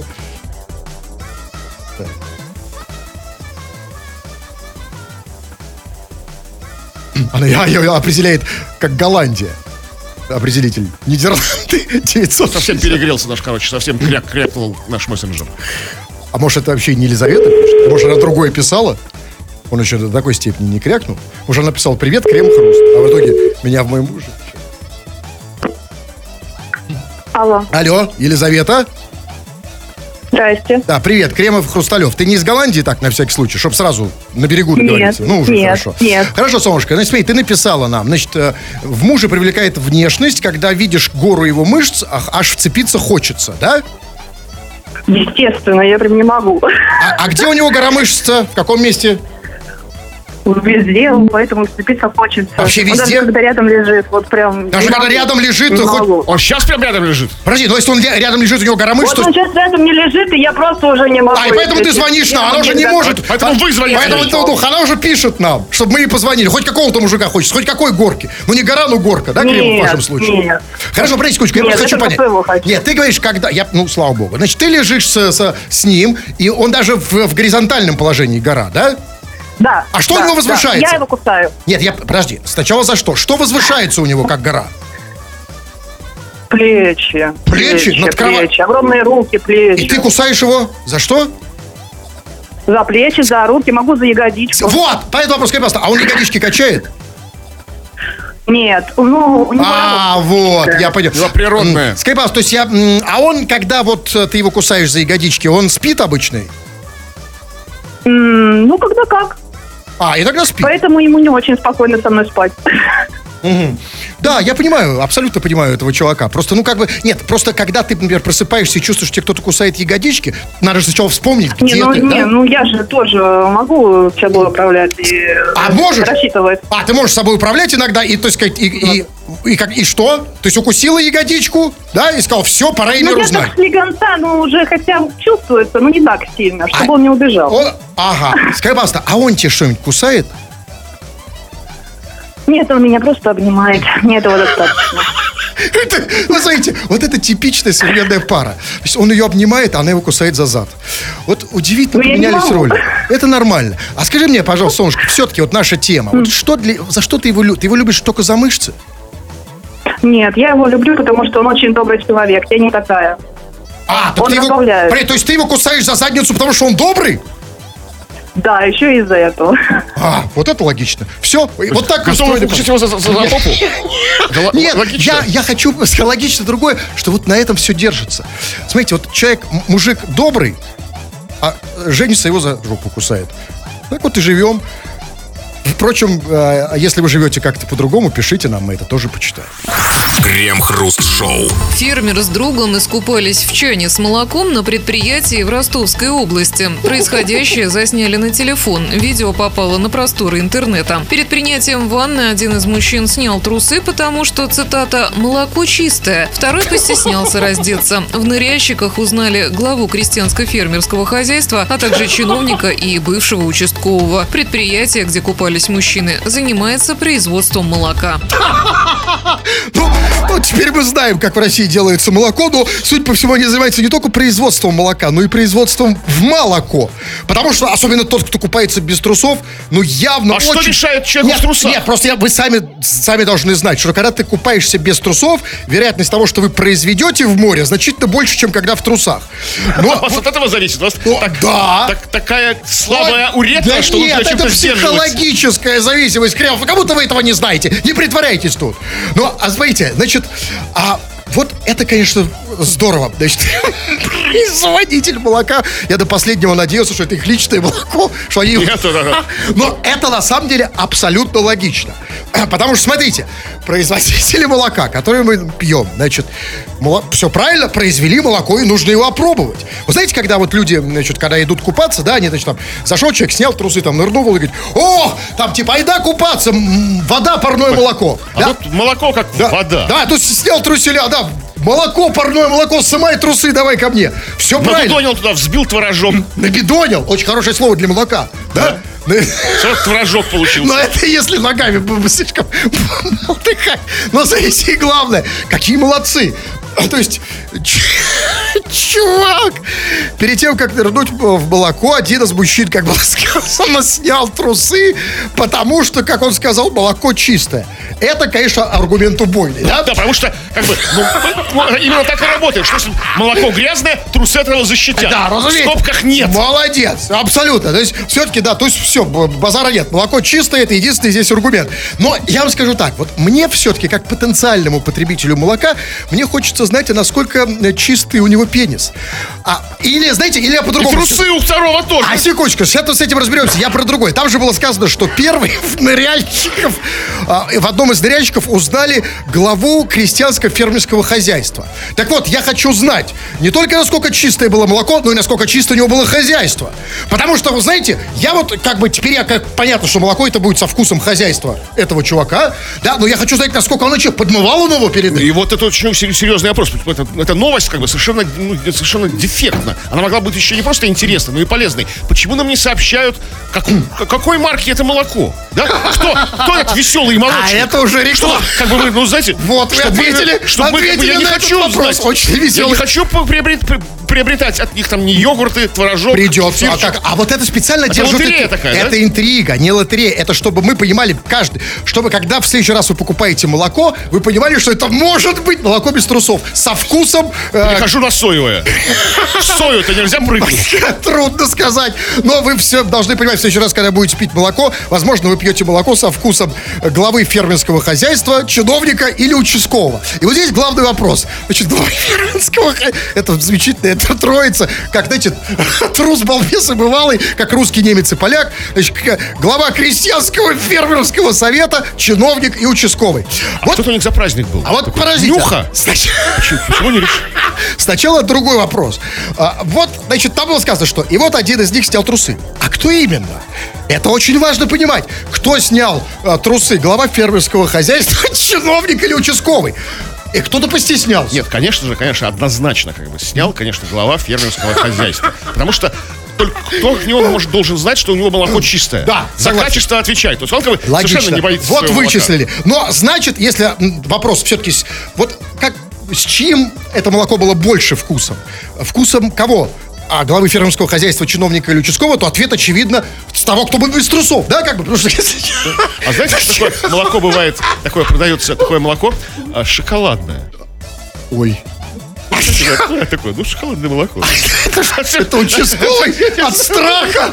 [SPEAKER 3] Она ее определяет как Голландия. Определитель. Нидерланды 900.
[SPEAKER 2] Совсем перегрелся наш, совсем крякнул наш мессенджер.
[SPEAKER 3] А может, это вообще не Елизавета пишет? Может, она другое писала? Он еще до такой степени не крякнул. Может, она написала «Привет, крем, хруст». А в итоге меня в моем муже. Алло, Елизавета?
[SPEAKER 5] Здрасте.
[SPEAKER 3] Да, привет, Кремов, Хрусталев. Ты не из Голландии, так, на всякий случай, чтобы сразу на берегу договориться? Ну, уже хорошо.
[SPEAKER 5] Нет.
[SPEAKER 3] Хорошо, солнышко, значит, смотри, ты написала нам, значит, в муже привлекает внешность, когда видишь гору его мышц, аж вцепиться хочется, да?
[SPEAKER 5] Естественно, я прям не могу.
[SPEAKER 3] А где у него гора мышц? В каком месте?
[SPEAKER 5] Везде, поэтому вцепиться хочется.
[SPEAKER 3] Вообще
[SPEAKER 5] Он
[SPEAKER 3] везде?
[SPEAKER 5] даже когда рядом лежит, вот прям...
[SPEAKER 3] Даже
[SPEAKER 5] не
[SPEAKER 3] когда
[SPEAKER 5] могу.
[SPEAKER 3] рядом лежит,
[SPEAKER 5] Не
[SPEAKER 3] то хоть...
[SPEAKER 5] могу.
[SPEAKER 2] Он сейчас прям рядом лежит.
[SPEAKER 3] Подожди, но если он рядом лежит, у него гора мышц,
[SPEAKER 5] Вот
[SPEAKER 3] то...
[SPEAKER 5] он сейчас рядом не лежит, и я просто уже не могу.
[SPEAKER 3] А, и поэтому ты звонишь нам, она уже не может.
[SPEAKER 2] Поэтому вы звоните.
[SPEAKER 3] Поэтому она уже пишет нам, чтобы мы ей позвонили. Хоть какого-то мужика хочется, хоть какой горки. Ну не гора, ну горка, да, Кремов, в
[SPEAKER 5] Нет,
[SPEAKER 3] вашем случае?
[SPEAKER 5] нет.
[SPEAKER 3] Хорошо, подожди секундочку, я
[SPEAKER 5] Нет,
[SPEAKER 3] просто хочу
[SPEAKER 5] это
[SPEAKER 3] понять.
[SPEAKER 5] своего хочу.
[SPEAKER 3] Нет, ты говоришь, когда... Ну, слава богу. Значит, ты лежишь с ним, и он даже в горизонтальном положении гора, да?
[SPEAKER 5] Да.
[SPEAKER 3] А что
[SPEAKER 5] да,
[SPEAKER 3] у него
[SPEAKER 5] да.
[SPEAKER 3] возвышается?
[SPEAKER 5] Я его кусаю.
[SPEAKER 3] Нет, подожди. Сначала за что? Что возвышается у него, как гора?
[SPEAKER 5] Плечи.
[SPEAKER 3] Плечи? Над кровать-
[SPEAKER 5] Плечи. Огромные руки, плечи.
[SPEAKER 3] И ты кусаешь его за что?
[SPEAKER 5] За плечи, за руки, могу за ягодичку.
[SPEAKER 3] Вот! Поэтому вопрос, скажи, пожалуйста, а он ягодички качает?
[SPEAKER 5] Нет, ну, у него
[SPEAKER 3] А, вот, я понял.
[SPEAKER 2] Дело природное.
[SPEAKER 3] Скажи, пожалуйста, то есть а он, когда вот ты его кусаешь за ягодички, он спит обычный?
[SPEAKER 5] ну, когда как.
[SPEAKER 3] А, и тогда спит.
[SPEAKER 5] Поэтому ему не очень спокойно со мной спать.
[SPEAKER 3] Да, я понимаю, абсолютно понимаю этого чувака. Просто, ну, как бы, нет, просто когда ты, например, просыпаешься и чувствуешь, что тебе кто-то кусает ягодички, надо же сначала вспомнить, где ты, да?
[SPEAKER 5] Ну, я же тоже могу собой управлять и
[SPEAKER 3] можешь?
[SPEAKER 5] рассчитывать.
[SPEAKER 3] А, ты можешь собой управлять иногда, и, то есть, и что? То есть укусила ягодичку, да, и сказал, все, пора имя
[SPEAKER 5] Ну, я
[SPEAKER 3] узнать.
[SPEAKER 5] так слегонца, ну, уже хотя бы чувствуется, но не так сильно, чтобы он не убежал.
[SPEAKER 3] Ага, скажи, пожалуйста, а он тебе что-нибудь кусает?
[SPEAKER 5] Нет, он меня просто обнимает. Мне этого достаточно.
[SPEAKER 3] Вы знаете, вот это типичная современная пара. То есть он ее обнимает, а она его кусает за зад. Вот удивительно
[SPEAKER 5] Ну, я не
[SPEAKER 3] поменялись
[SPEAKER 5] могу.
[SPEAKER 3] роли. Это нормально. А скажи мне, пожалуйста, Солнышко, все-таки вот наша тема. Вот за что ты его любишь? Ты его любишь только за мышцы?
[SPEAKER 5] Нет, я его люблю, потому что он очень добрый человек. Я не такая.
[SPEAKER 3] А, так
[SPEAKER 5] Он
[SPEAKER 3] ты его,
[SPEAKER 5] добавляет.
[SPEAKER 3] то есть ты его кусаешь за задницу, потому что он добрый?
[SPEAKER 5] Да, еще из-за этого.
[SPEAKER 3] А, вот это логично. Все, вот так
[SPEAKER 2] Готовы
[SPEAKER 3] устроено.
[SPEAKER 2] укусить его за попу? Да,
[SPEAKER 3] Нет,
[SPEAKER 2] логично.
[SPEAKER 3] я хочу сказать логично другое, что вот на этом все держится. Смотрите, вот человек, мужик добрый, а женится, его за жопу кусает. Так вот и живем. Впрочем, если вы живете как-то по-другому, пишите нам, мы это тоже почитаем.
[SPEAKER 1] Крем-хруст-шоу.
[SPEAKER 4] Фермер с другом искупались в чане с молоком на предприятии в Ростовской области. Происходящее засняли на телефон. Видео попало на просторы интернета. Перед принятием ванны один из мужчин снял трусы, потому что, цитата, «молоко чистое». Второй постеснялся раздеться. В ныряльщиках узнали главу крестьянско-фермерского хозяйства, а также чиновника и бывшего участкового. Предприятие, где купались мужчины, занимается производством молока.
[SPEAKER 3] Ну, теперь мы знаем, как в России делается молоко, но, судя по всему, они занимаются не только производством молока, но и производством в молоко. Потому что, особенно тот, кто купается без трусов, ну, явно
[SPEAKER 2] А
[SPEAKER 3] очень...
[SPEAKER 2] что мешает человеку в трусах?
[SPEAKER 3] Нет, просто вы сами должны знать, что когда ты купаешься без трусов, вероятность того, что вы произведете в море, значительно больше, чем когда в трусах. Но,
[SPEAKER 2] У вас от этого зависит. У вас
[SPEAKER 3] да.
[SPEAKER 2] такая слабая уретра,
[SPEAKER 3] Да
[SPEAKER 2] что
[SPEAKER 3] нет,
[SPEAKER 2] нужно
[SPEAKER 3] это
[SPEAKER 2] чем-то сдерживаться.
[SPEAKER 3] психологическая зависимость, Кремов. Как будто вы этого не знаете. Не притворяйтесь тут. Ну, а смотрите, значит, вот это, конечно, здорово. Значит, производитель молока. Я до последнего надеялся, что это их личное молоко, что они...
[SPEAKER 2] Нет, да.
[SPEAKER 3] Но это, на самом деле, абсолютно логично. Потому что, смотрите, производители молока, которые мы пьем, значит, все правильно, произвели молоко, и нужно его опробовать. Вы знаете, когда вот люди, значит, когда идут купаться, да, они, значит, там, зашел человек, снял трусы, там, нырнул и говорит, о, там, типа, айда купаться, вода, парное молоко.
[SPEAKER 2] А
[SPEAKER 3] Да?
[SPEAKER 2] тут молоко как вода.
[SPEAKER 3] Да, тут снял труселя, да, молоко, парное молоко, сымай трусы, давай ко мне. Все правильно.
[SPEAKER 2] Набедонил туда, взбил творожок.
[SPEAKER 3] Набедонил, очень хорошее слово для молока, да?
[SPEAKER 2] Сразу творожок получился.
[SPEAKER 3] Но это если ногами слишком молотыхать. Но смотрите, и главное, какие молодцы. То есть, чувак, перед тем, как нырнуть в молоко, один из мужчин, как было сказано, снял трусы, потому что, как он сказал, молоко чистое. Это, конечно, аргумент убойный, да?
[SPEAKER 2] Да, потому что, как бы, именно так и работает. Что если молоко грязное, трусы от этого защитят.
[SPEAKER 3] Да, разумеется.
[SPEAKER 2] В скобках нет.
[SPEAKER 3] Молодец, абсолютно. То есть, все-таки, да, то есть, все, базара нет. Молоко чистое, это единственный здесь аргумент. Но я вам скажу так, вот мне все-таки, как потенциальному потребителю молока, мне хочется знать, а насколько чистые у него пенис. Или, знаете, или я
[SPEAKER 2] И
[SPEAKER 3] по-другому...
[SPEAKER 2] трусы у второго тоже.
[SPEAKER 3] Секундочку, сейчас мы с этим разберемся. Я про другое. Там же было сказано, что первый в одном из ныряльщиков узнали главу крестьянского фермерского хозяйства. Так вот, я хочу знать не только насколько чистое было молоко, но и насколько чисто у него было хозяйство. Потому что, вы знаете, я вот теперь понятно, что молоко это будет со вкусом хозяйства этого чувака, да, но я хочу знать, насколько оно подмывало его перед этим.
[SPEAKER 2] И вот это очень серьезный вопрос. Это новость совершенно дефектна. Она могла быть еще не просто интересной, но и полезной. Почему нам не сообщают, какой марки это молоко? Да? Кто этот веселый молочник?
[SPEAKER 3] Это уже реклама.
[SPEAKER 2] Знаете,
[SPEAKER 3] вот вы ответили.
[SPEAKER 2] Я не хочу
[SPEAKER 3] вопрос.
[SPEAKER 2] знать.
[SPEAKER 3] Очень веселый.
[SPEAKER 2] Я не хочу приобретать от них там ни йогурты, творожок.
[SPEAKER 3] Придется. А вот это специально держат.
[SPEAKER 2] Лотерея такая,
[SPEAKER 3] это
[SPEAKER 2] да?
[SPEAKER 3] интрига, не лотерея. Это чтобы мы понимали, чтобы когда в следующий раз вы покупаете молоко, вы понимали, что это может быть молоко без трусов. Со вкусом...
[SPEAKER 2] Перехожу на соевое. Сою-то нельзя прыгнуть.
[SPEAKER 3] Трудно сказать. Но вы все должны понимать, в следующий раз, когда будете пить молоко, возможно, вы пьете молоко со вкусом главы фермерского хозяйства, чиновника или участкового. И вот здесь главный вопрос. Значит, глава фермерского хозяйства... Это замечательно, это троица. Как, знаете, трус, балбес и бывалый, как русский, немец и поляк. Значит, глава крестьянского фермерского совета, чиновник и участковый.
[SPEAKER 2] Вот что у них за праздник был?
[SPEAKER 3] А вот поразительно.
[SPEAKER 2] Нюха. Почему не решили?
[SPEAKER 3] Сначала другой вопрос. Вот, значит, там было сказано, что и вот один из них снял трусы. А кто именно? Это очень важно понимать. Кто снял трусы? Глава фермерского хозяйства, чиновник или участковый? И кто-то постеснялся.
[SPEAKER 2] Нет, конечно, однозначно снял, конечно, глава фермерского хозяйства. Потому что только кто от него должен знать, что у него молоко чистое.
[SPEAKER 3] Да,
[SPEAKER 2] за
[SPEAKER 3] согласен.
[SPEAKER 2] качество отвечает. То есть он
[SPEAKER 3] Логично.
[SPEAKER 2] совершенно не боится.
[SPEAKER 3] Вот вычислили. Но значит, если вопрос все-таки, вот как с чьим это молоко было больше вкусом? Вкусом кого? Главы фермерского хозяйства, чиновника или участкового, то ответ очевидно с того, кто будет без трусов, да, потому что если...
[SPEAKER 2] А знаете, что такое молоко бывает, продается такое молоко шоколадное?
[SPEAKER 3] Ой.
[SPEAKER 2] Такое, шоколадное молоко.
[SPEAKER 3] Это участковый от страха.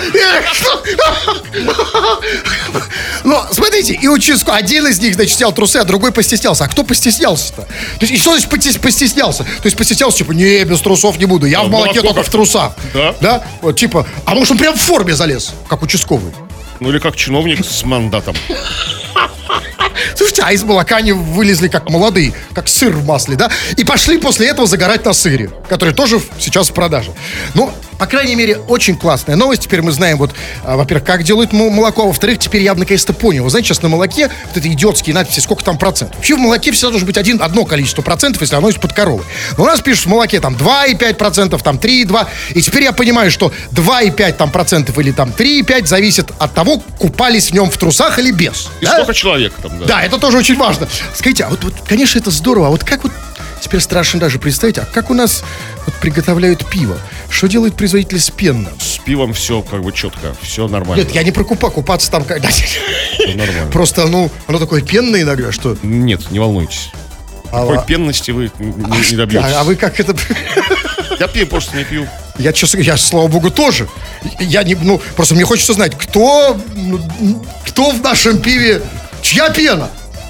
[SPEAKER 3] Но, смотрите, и участковый, один из них, значит, снял трусы, а другой постеснялся. А кто постеснялся-то? То есть, и что значит постеснялся? То есть, постеснялся, не, без трусов не буду. Я в молоке только в трусах. Да? Вот, а может, он прям в форме залез, как участковый?
[SPEAKER 2] Или как чиновник с мандатом.
[SPEAKER 3] Слушайте, а из молока они вылезли как молодые, как сыр в масле, да? И пошли после этого загорать на сыре, который тоже сейчас в продаже. Ну, по крайней мере, очень классная новость. Теперь мы знаем, во-первых, как делают молоко, а во-вторых, теперь я наконец-то понял. Вы знаете, сейчас на молоке вот эти идиотские надписи, сколько там процентов. Вообще в молоке всегда должно быть одно количество процентов, если оно из-под коровы. Но у нас пишут в молоке там 2,5%, там 3,2%. И теперь я понимаю, что 2,5% там процентов или там 3,5% зависит от того, купались в нем в трусах или без.
[SPEAKER 2] И сколько человек там, да.
[SPEAKER 3] Да, это тоже очень важно. Скажите, а вот, конечно, это здорово. А вот как теперь страшно даже представить, а как у нас приготовляют пиво? Что делает производитель с пенным?
[SPEAKER 2] С пивом все четко, все нормально.
[SPEAKER 3] Нет, я не про купаться там когда.
[SPEAKER 2] Нормально.
[SPEAKER 3] Просто оно такое пенное иногда, что...
[SPEAKER 2] Нет, не волнуйтесь. Такой пенности вы не добьетесь.
[SPEAKER 3] А вы как это...
[SPEAKER 2] Я пиво просто не пью.
[SPEAKER 3] Я, слава богу, тоже. Просто мне хочется знать, кто в нашем пиве... Чья пена?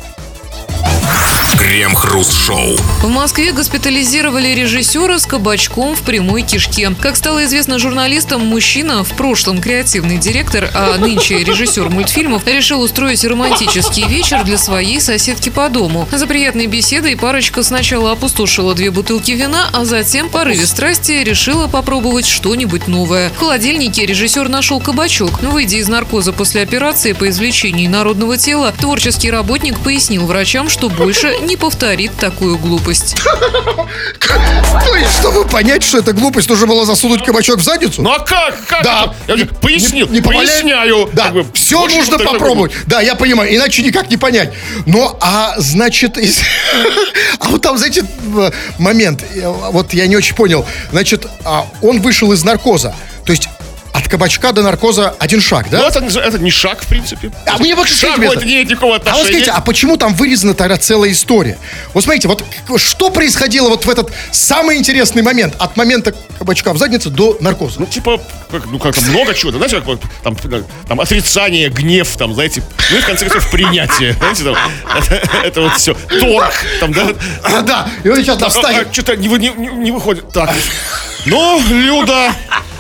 [SPEAKER 1] Крем-хруст-шоу.
[SPEAKER 4] В Москве госпитализировали режиссера с кабачком в прямой кишке. Как стало известно журналистам, мужчина, в прошлом креативный директор, а нынче режиссер мультфильмов, решил устроить романтический вечер для своей соседки по дому. За приятной беседой парочка сначала опустошила 2 бутылки вина, а затем, в порыве страсти, решила попробовать что-нибудь новое. В холодильнике режиссер нашел кабачок. Выйдя из наркоза после операции по извлечению инородного тела, творческий работник пояснил врачам, что больше не повторит такую глупость.
[SPEAKER 3] То есть, чтобы понять, что это глупость, нужно было засунуть кабачок в задницу?
[SPEAKER 2] Ну а как?
[SPEAKER 3] Да.
[SPEAKER 2] Я уже пояснил,
[SPEAKER 3] поясняю. Да, все нужно попробовать. Да, я понимаю, иначе никак не понять. Но, значит... А вот там, знаете, момент, вот я не очень понял. Значит, он вышел из наркоза. То есть кабачка до наркоза один шаг, да?
[SPEAKER 2] Ну, это не шаг, в принципе.
[SPEAKER 3] А мне вот
[SPEAKER 2] Шагу
[SPEAKER 3] скажите,
[SPEAKER 2] это не имеет никакого
[SPEAKER 3] а вот
[SPEAKER 2] отношения.
[SPEAKER 3] скажите, а почему там вырезана тогда целая история? Вот смотрите, вот что происходило вот в этот самый интересный момент, от момента кабачка в заднице до наркоза?
[SPEAKER 2] Ну, типа, как-то много чего. Знаете, как вот, там отрицание, гнев, там, знаете, ну и в конце концов принятие. Знаете, там, это вот все. Торг, там, да.
[SPEAKER 3] Да, и он сейчас встанет.
[SPEAKER 2] Что-то не выходит. Так. Ну, Люда,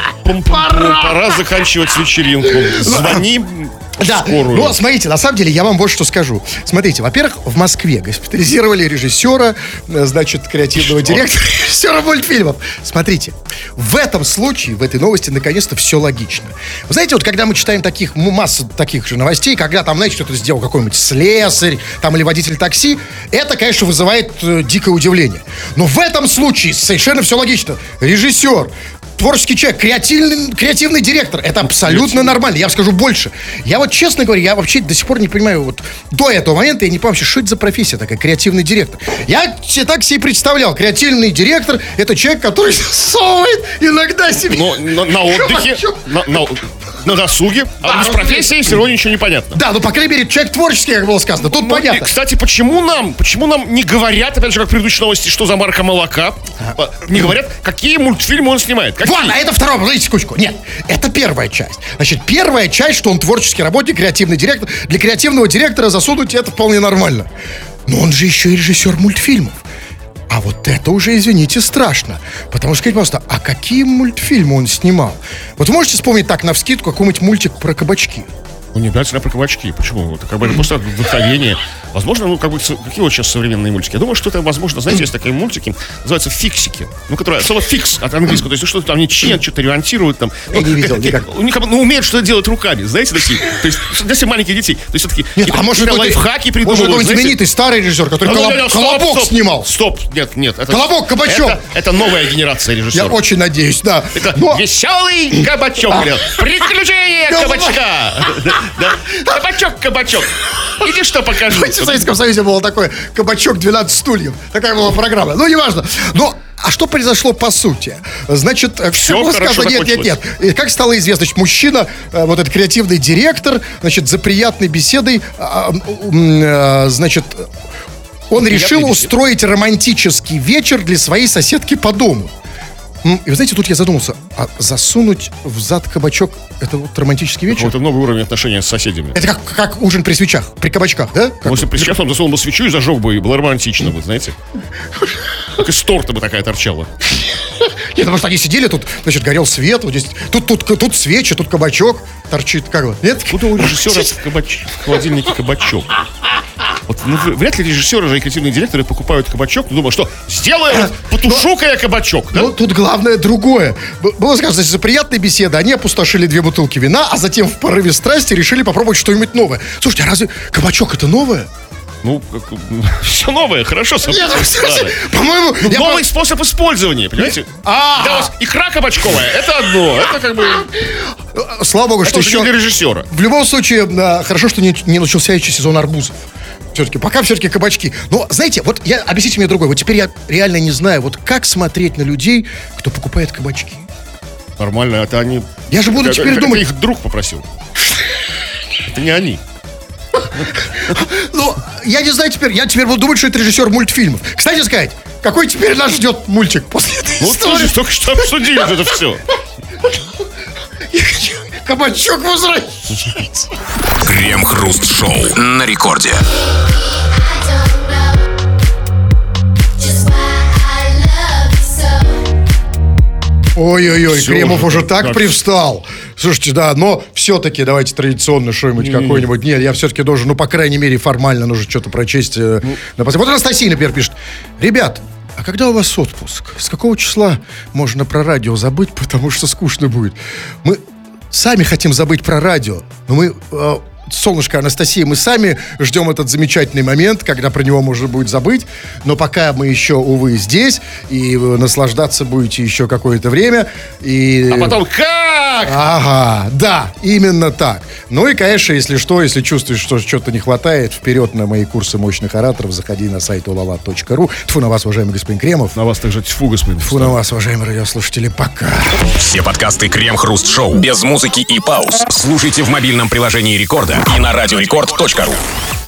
[SPEAKER 2] пора заканчивать вечеринку. Звони в
[SPEAKER 3] Да,
[SPEAKER 2] скорую.
[SPEAKER 3] но смотрите, на самом деле я вам вот что скажу. Смотрите, во-первых, в Москве госпитализировали режиссера, значит, креативного директора, режиссера мультфильмов. Смотрите, в этом случае, в этой новости, наконец-то все логично. Вы знаете, вот когда мы читаем массу таких же новостей, когда там, знаете, что-то сделал какой-нибудь слесарь, там, или водитель такси, это, конечно, вызывает дикое удивление. Но в этом случае совершенно все логично. Режиссер, творческий человек, креативный директор. Это абсолютно нормально. Я вам скажу больше. Я вот, честно говоря, я вообще до сих пор не понимаю, вот до этого момента я не понимаю вообще, что это за профессия такая, креативный директор. Я так себе представлял. Креативный директор — это человек, который засовывает иногда себе...
[SPEAKER 2] Но на отдыхе, на досуге, а без профессии все равно ничего не понятно.
[SPEAKER 3] Да, ну, по крайней мере, человек творческий, как было сказано. Тут понятно.
[SPEAKER 2] И, кстати, почему нам не говорят, опять же, как в предыдущей новости, что за марка молока? Не говорят, какие мультфильмы он снимает. Какие?
[SPEAKER 3] Вот, а это второе, подождите секундочку. Нет, это первая часть. Значит, первая часть, что он творческий работник, креативный директор. Для креативного директора засунуть это вполне нормально. Но он же еще и режиссер мультфильмов. А вот это уже, извините, страшно. Потому что, скажите, пожалуйста, а какие мультфильмы он снимал? Вот вы можете вспомнить так навскидку какой-нибудь мультик про кабачки?
[SPEAKER 2] Ну, не обязательно про кабачки. Почему? Это как бы просто вдохновение. Возможно, ну, как бы, какие вот сейчас современные мультики? Я думаю, что это, возможно, знаете, есть такие мультики, называются фиксики. Ну, которые, слово фикс от английского, то есть что-то там не чинят, что-то ремонтируют там.
[SPEAKER 3] Я не видел никак.
[SPEAKER 2] У них, ну, умеют что-то делать руками, знаете, такие. То есть, для всех маленьких детей. То есть, все-таки,
[SPEAKER 3] Нет, а может,
[SPEAKER 2] лайфхаки придумывают.
[SPEAKER 3] Может, какой-нибудь знаменитый старый режиссер, который «Колобок» снимал.
[SPEAKER 2] Стоп, нет.
[SPEAKER 3] «Колобок», «Кабачок».
[SPEAKER 2] Это новая генерация
[SPEAKER 3] Я
[SPEAKER 2] режиссеров.
[SPEAKER 3] очень надеюсь, да.
[SPEAKER 2] Это веселый кабачок, говорят. Приключения кабачка. Кабачок. Иди что покажу.
[SPEAKER 3] В Советском Союзе было такое «Кабачок 12 стульев». Такая была программа. Ну, неважно. Но, а что произошло по сути? Значит,
[SPEAKER 2] все
[SPEAKER 3] было
[SPEAKER 2] хорошо
[SPEAKER 3] сказано,
[SPEAKER 2] закончилось.
[SPEAKER 3] нет. И как стало известно, значит, мужчина, вот этот креативный директор, значит, за приятной беседой, значит, он решил устроить романтический вечер для своей соседки по дому. И вы знаете, тут я задумался, а засунуть в зад кабачок — это вот романтический вечер?
[SPEAKER 2] Это новый уровень отношения с соседями.
[SPEAKER 3] Это как ужин при свечах, при кабачках, да?
[SPEAKER 2] Ну, если при свечах он засунул бы свечу и зажег бы, и было романтично бы, знаете. Как из торта бы такая торчала.
[SPEAKER 3] Нет, потому что они сидели, тут, значит, горел свет, вот здесь, тут свечи, тут кабачок торчит, как бы, нет?
[SPEAKER 2] Куда у режиссера в холодильнике кабачок? Вот, ну, вряд ли режиссеры же и креативные директоры покупают кабачок, но думают, что сделаю, потушу-ка я кабачок, да?
[SPEAKER 3] Ну, тут главное другое. Было сказано, значит, за приятной беседы они опустошили 2 бутылки вина, а затем в порыве страсти решили попробовать что-нибудь новое. Слушайте, а разве кабачок — это новое?
[SPEAKER 2] Ну, все новое, хорошо.
[SPEAKER 3] По-моему...
[SPEAKER 2] Новый способ использования, понимаете? Да, у вас икра кабачковая, это одно, это как бы...
[SPEAKER 3] Слава богу, что
[SPEAKER 2] Это уже не
[SPEAKER 3] еще...
[SPEAKER 2] для режиссера.
[SPEAKER 3] В любом случае, хорошо, что не начался еще сезон арбузов. Пока все-таки кабачки. Но, знаете, вот объясните мне другое. Вот теперь я реально не знаю, вот как смотреть на людей, кто покупает кабачки.
[SPEAKER 2] Нормально, это они...
[SPEAKER 3] Я же буду теперь думать...
[SPEAKER 2] Это их друг попросил. Это не они.
[SPEAKER 3] Ну, я не знаю теперь. Я теперь буду думать, что это режиссер мультфильмов. Кстати сказать, какой теперь нас ждет мультик после этой
[SPEAKER 2] Ну,
[SPEAKER 3] истории?
[SPEAKER 2] слушай, только что обсудили это все.
[SPEAKER 3] Кабачок возвращается.
[SPEAKER 1] Крем-хруст-шоу на рекорде.
[SPEAKER 3] Ой-ой-ой,
[SPEAKER 2] Всё
[SPEAKER 3] Кремов
[SPEAKER 2] уже
[SPEAKER 3] уже так
[SPEAKER 2] как-
[SPEAKER 3] привстал. Слушайте, да, но все-таки давайте традиционно что-нибудь какое-нибудь. Нет, я все-таки должен, ну, по крайней мере, формально нужно что-то прочесть. Вот Анастасия, например, пишет. Ребят, а когда у вас отпуск? С какого числа можно про радио забыть, потому что скучно будет? Мы сами хотим забыть про радио, но мы... Солнышко Анастасия, мы сами ждем этот замечательный момент, когда про него можно будет забыть, но пока мы еще, увы, здесь, и наслаждаться будете еще какое-то время. И...
[SPEAKER 2] А потом как так!
[SPEAKER 3] Ага, да, именно так. Ну и, конечно, если чувствуешь, что что-то не хватает, вперед на мои курсы мощных ораторов, заходи на сайт ulala.ru. Тьфу на вас, уважаемый господин Кремов.
[SPEAKER 2] На вас также тьфу, господин.
[SPEAKER 3] Тьфу на вас, уважаемые радиослушатели, пока.
[SPEAKER 1] Все подкасты Крем-Хруст-Шоу без музыки и пауз слушайте в мобильном приложении Рекорда и на радиорекорд.ру.